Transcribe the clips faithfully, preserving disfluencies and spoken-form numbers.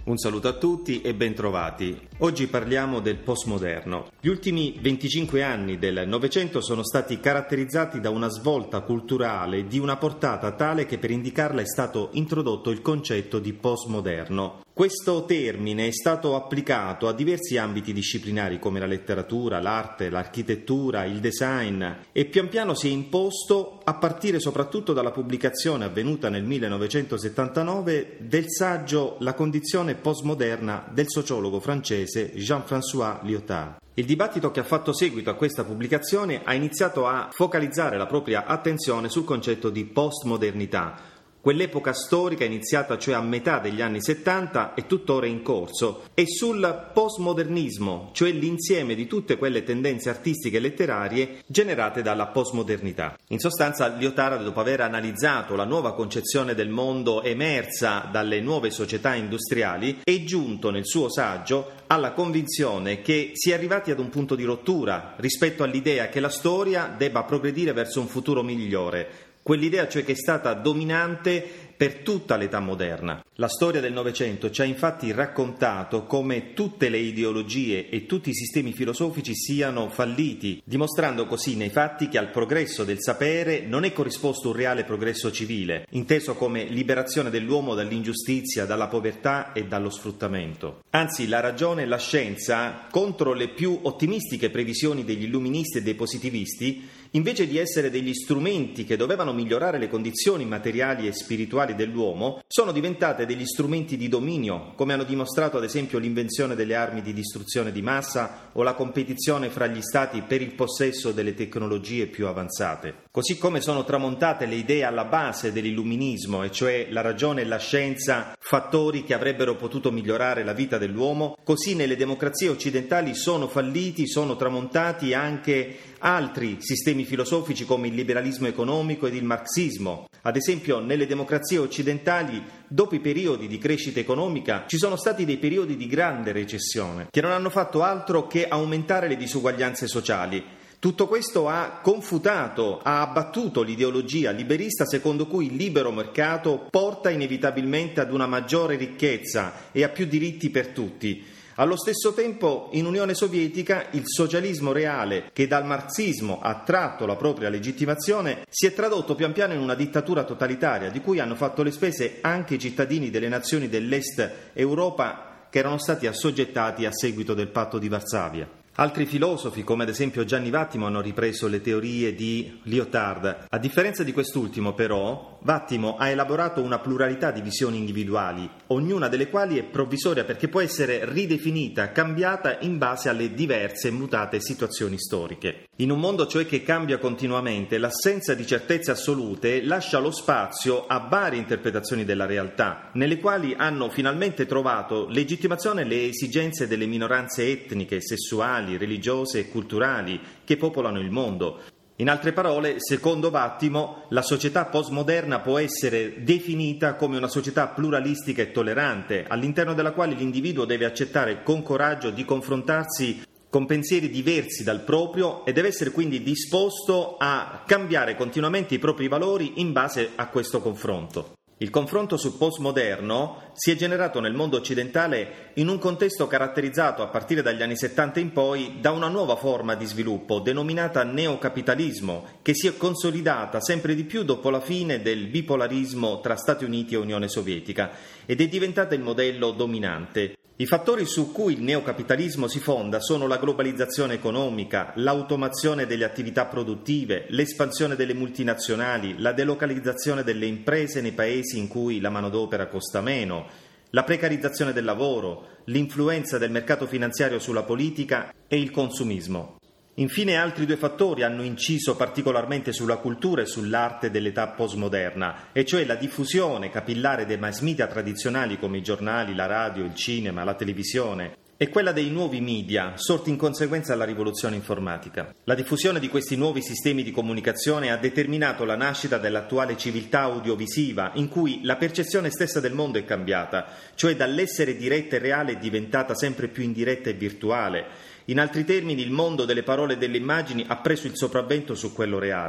Un saluto a tutti e bentrovati. Oggi parliamo del postmoderno. Gli ultimi venticinque anni del Novecento sono stati caratterizzati da una svolta culturale di una portata tale che per indicarla è stato introdotto il concetto di postmoderno. Questo termine è stato applicato a diversi ambiti disciplinari come la letteratura, l'arte, l'architettura, il design e pian piano si è imposto a partire soprattutto dalla pubblicazione avvenuta nel millenovecentosettantanove del saggio La condizione postmoderna del sociologo francese Jean-François Lyotard. Il dibattito che ha fatto seguito a questa pubblicazione ha iniziato a focalizzare la propria attenzione sul concetto di postmodernità. Quell'epoca storica iniziata cioè a metà degli anni settanta è tuttora in corso, e sul postmodernismo, cioè l'insieme di tutte quelle tendenze artistiche e letterarie generate dalla postmodernità. In sostanza, Lyotard, dopo aver analizzato la nuova concezione del mondo emersa dalle nuove società industriali, è giunto nel suo saggio alla convinzione che si è arrivati ad un punto di rottura rispetto all'idea che la storia debba progredire verso un futuro migliore. Quell'idea cioè che è stata dominante per tutta l'età moderna. La storia del Novecento ci ha infatti raccontato come tutte le ideologie e tutti i sistemi filosofici siano falliti, dimostrando così nei fatti che al progresso del sapere non è corrisposto un reale progresso civile, inteso come liberazione dell'uomo dall'ingiustizia, dalla povertà e dallo sfruttamento. Anzi, la ragione e la scienza, contro le più ottimistiche previsioni degli illuministi e dei positivisti, invece di essere degli strumenti che dovevano migliorare le condizioni materiali e spirituali dell'uomo, sono diventate degli strumenti di dominio, come hanno dimostrato ad esempio l'invenzione delle armi di distruzione di massa o la competizione fra gli stati per il possesso delle tecnologie più avanzate. Così come sono tramontate le idee alla base dell'illuminismo, e cioè la ragione e la scienza, fattori che avrebbero potuto migliorare la vita dell'uomo, così nelle democrazie occidentali sono falliti, sono tramontati anche altri sistemi filosofici come il liberalismo economico ed il marxismo. Ad esempio, nelle democrazie occidentali, dopo i periodi di crescita economica, ci sono stati dei periodi di grande recessione, che non hanno fatto altro che aumentare le disuguaglianze sociali. Tutto questo ha confutato, ha abbattuto l'ideologia liberista secondo cui il libero mercato porta inevitabilmente ad una maggiore ricchezza e a più diritti per tutti. Allo stesso tempo, in Unione Sovietica, il socialismo reale, che dal marxismo ha tratto la propria legittimazione, si è tradotto pian piano in una dittatura totalitaria, di cui hanno fatto le spese anche i cittadini delle nazioni dell'Est Europa che erano stati assoggettati a seguito del patto di Varsavia. Altri filosofi, come ad esempio Gianni Vattimo, hanno ripreso le teorie di Lyotard. A differenza di quest'ultimo, però, Vattimo ha elaborato una pluralità di visioni individuali, ognuna delle quali è provvisoria perché può essere ridefinita, cambiata in base alle diverse e mutate situazioni storiche. In un mondo cioè che cambia continuamente, l'assenza di certezze assolute lascia lo spazio a varie interpretazioni della realtà, nelle quali hanno finalmente trovato legittimazione le esigenze delle minoranze etniche, sessuali, religiose e culturali che popolano il mondo. In altre parole, secondo Vattimo, la società postmoderna può essere definita come una società pluralistica e tollerante, all'interno della quale l'individuo deve accettare con coraggio di confrontarsi con pensieri diversi dal proprio e deve essere quindi disposto a cambiare continuamente i propri valori in base a questo confronto. Il confronto sul postmoderno si è generato nel mondo occidentale in un contesto caratterizzato a partire dagli anni settanta in poi da una nuova forma di sviluppo denominata neocapitalismo, che si è consolidata sempre di più dopo la fine del bipolarismo tra Stati Uniti e Unione Sovietica ed è diventata il modello dominante. I fattori su cui il neocapitalismo si fonda sono la globalizzazione economica, l'automazione delle attività produttive, l'espansione delle multinazionali, la delocalizzazione delle imprese nei paesi in cui la manodopera costa meno, la precarizzazione del lavoro, l'influenza del mercato finanziario sulla politica e il consumismo. Infine altri due fattori hanno inciso particolarmente sulla cultura e sull'arte dell'età postmoderna, e cioè la diffusione capillare dei mass media tradizionali come i giornali, la radio, il cinema, la televisione, e quella dei nuovi media, sorti in conseguenza della rivoluzione informatica. La diffusione di questi nuovi sistemi di comunicazione ha determinato la nascita dell'attuale civiltà audiovisiva, in cui la percezione stessa del mondo è cambiata, cioè dall'essere diretta e reale è diventata sempre più indiretta e virtuale. In altri termini, il mondo delle parole e delle immagini ha preso il sopravvento su quello reale.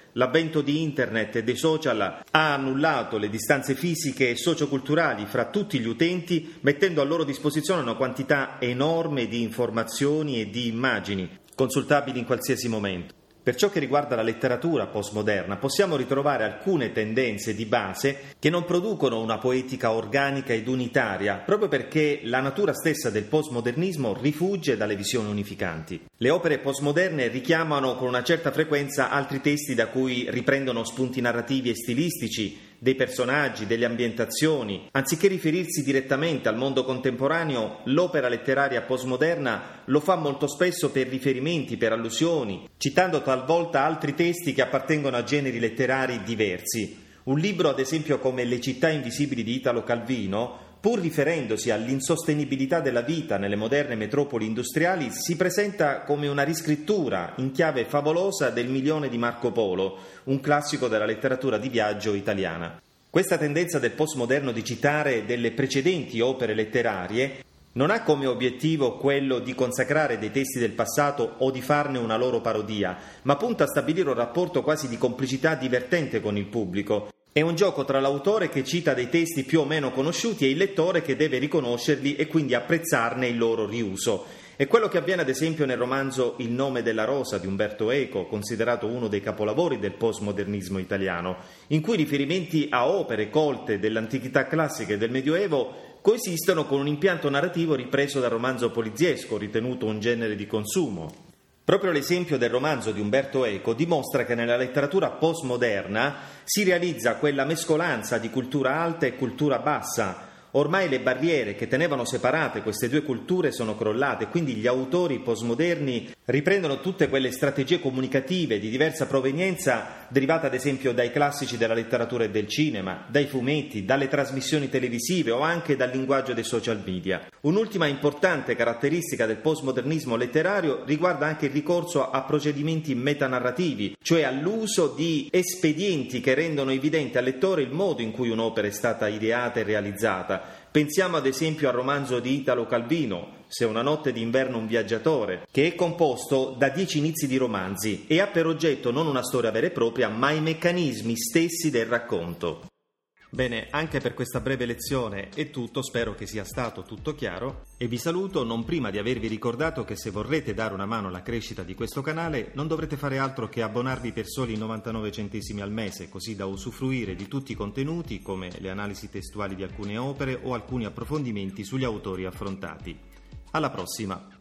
L'avvento di internet e dei social ha annullato le distanze fisiche e socioculturali fra tutti gli utenti, mettendo a loro disposizione una quantità enorme di informazioni e di immagini, consultabili in qualsiasi momento. Per ciò che riguarda la letteratura postmoderna, possiamo ritrovare alcune tendenze di base che non producono una poetica organica ed unitaria, proprio perché la natura stessa del postmodernismo rifugge dalle visioni unificanti. Le opere postmoderne richiamano con una certa frequenza altri testi da cui riprendono spunti narrativi e stilistici, dei personaggi, delle ambientazioni. Anziché riferirsi direttamente al mondo contemporaneo, l'opera letteraria postmoderna lo fa molto spesso per riferimenti, per allusioni, citando talvolta altri testi che appartengono a generi letterari diversi. Un libro, ad esempio, come Le città invisibili di Italo Calvino, pur riferendosi all'insostenibilità della vita nelle moderne metropoli industriali, si presenta come una riscrittura in chiave favolosa del Milione di Marco Polo, un classico della letteratura di viaggio italiana. Questa tendenza del postmoderno di citare delle precedenti opere letterarie non ha come obiettivo quello di consacrare dei testi del passato o di farne una loro parodia, ma punta a stabilire un rapporto quasi di complicità divertente con il pubblico. È un gioco tra l'autore che cita dei testi più o meno conosciuti e il lettore che deve riconoscerli e quindi apprezzarne il loro riuso. È quello che avviene ad esempio nel romanzo Il nome della rosa di Umberto Eco, considerato uno dei capolavori del postmodernismo italiano, in cui riferimenti a opere colte dell'antichità classica e del Medioevo coesistono con un impianto narrativo ripreso dal romanzo poliziesco, ritenuto un genere di consumo. Proprio l'esempio del romanzo di Umberto Eco dimostra che nella letteratura postmoderna si realizza quella mescolanza di cultura alta e cultura bassa. Ormai le barriere che tenevano separate queste due culture sono crollate, quindi gli autori postmoderni riprendono tutte quelle strategie comunicative di diversa provenienza derivate ad esempio dai classici della letteratura e del cinema, dai fumetti, dalle trasmissioni televisive o anche dal linguaggio dei social media. Un'ultima importante caratteristica del postmodernismo letterario riguarda anche il ricorso a procedimenti metanarrativi, cioè all'uso di espedienti che rendono evidente al lettore il modo in cui un'opera è stata ideata e realizzata. Pensiamo ad esempio al romanzo di Italo Calvino, Se una notte d'inverno un viaggiatore, che è composto da dieci inizi di romanzi e ha per oggetto non una storia vera e propria, ma i meccanismi stessi del racconto. Bene, anche per questa breve lezione è tutto, spero che sia stato tutto chiaro e vi saluto non prima di avervi ricordato che se vorrete dare una mano alla crescita di questo canale non dovrete fare altro che abbonarvi per soli novantanove centesimi al mese, così da usufruire di tutti i contenuti come le analisi testuali di alcune opere o alcuni approfondimenti sugli autori affrontati. Alla prossima!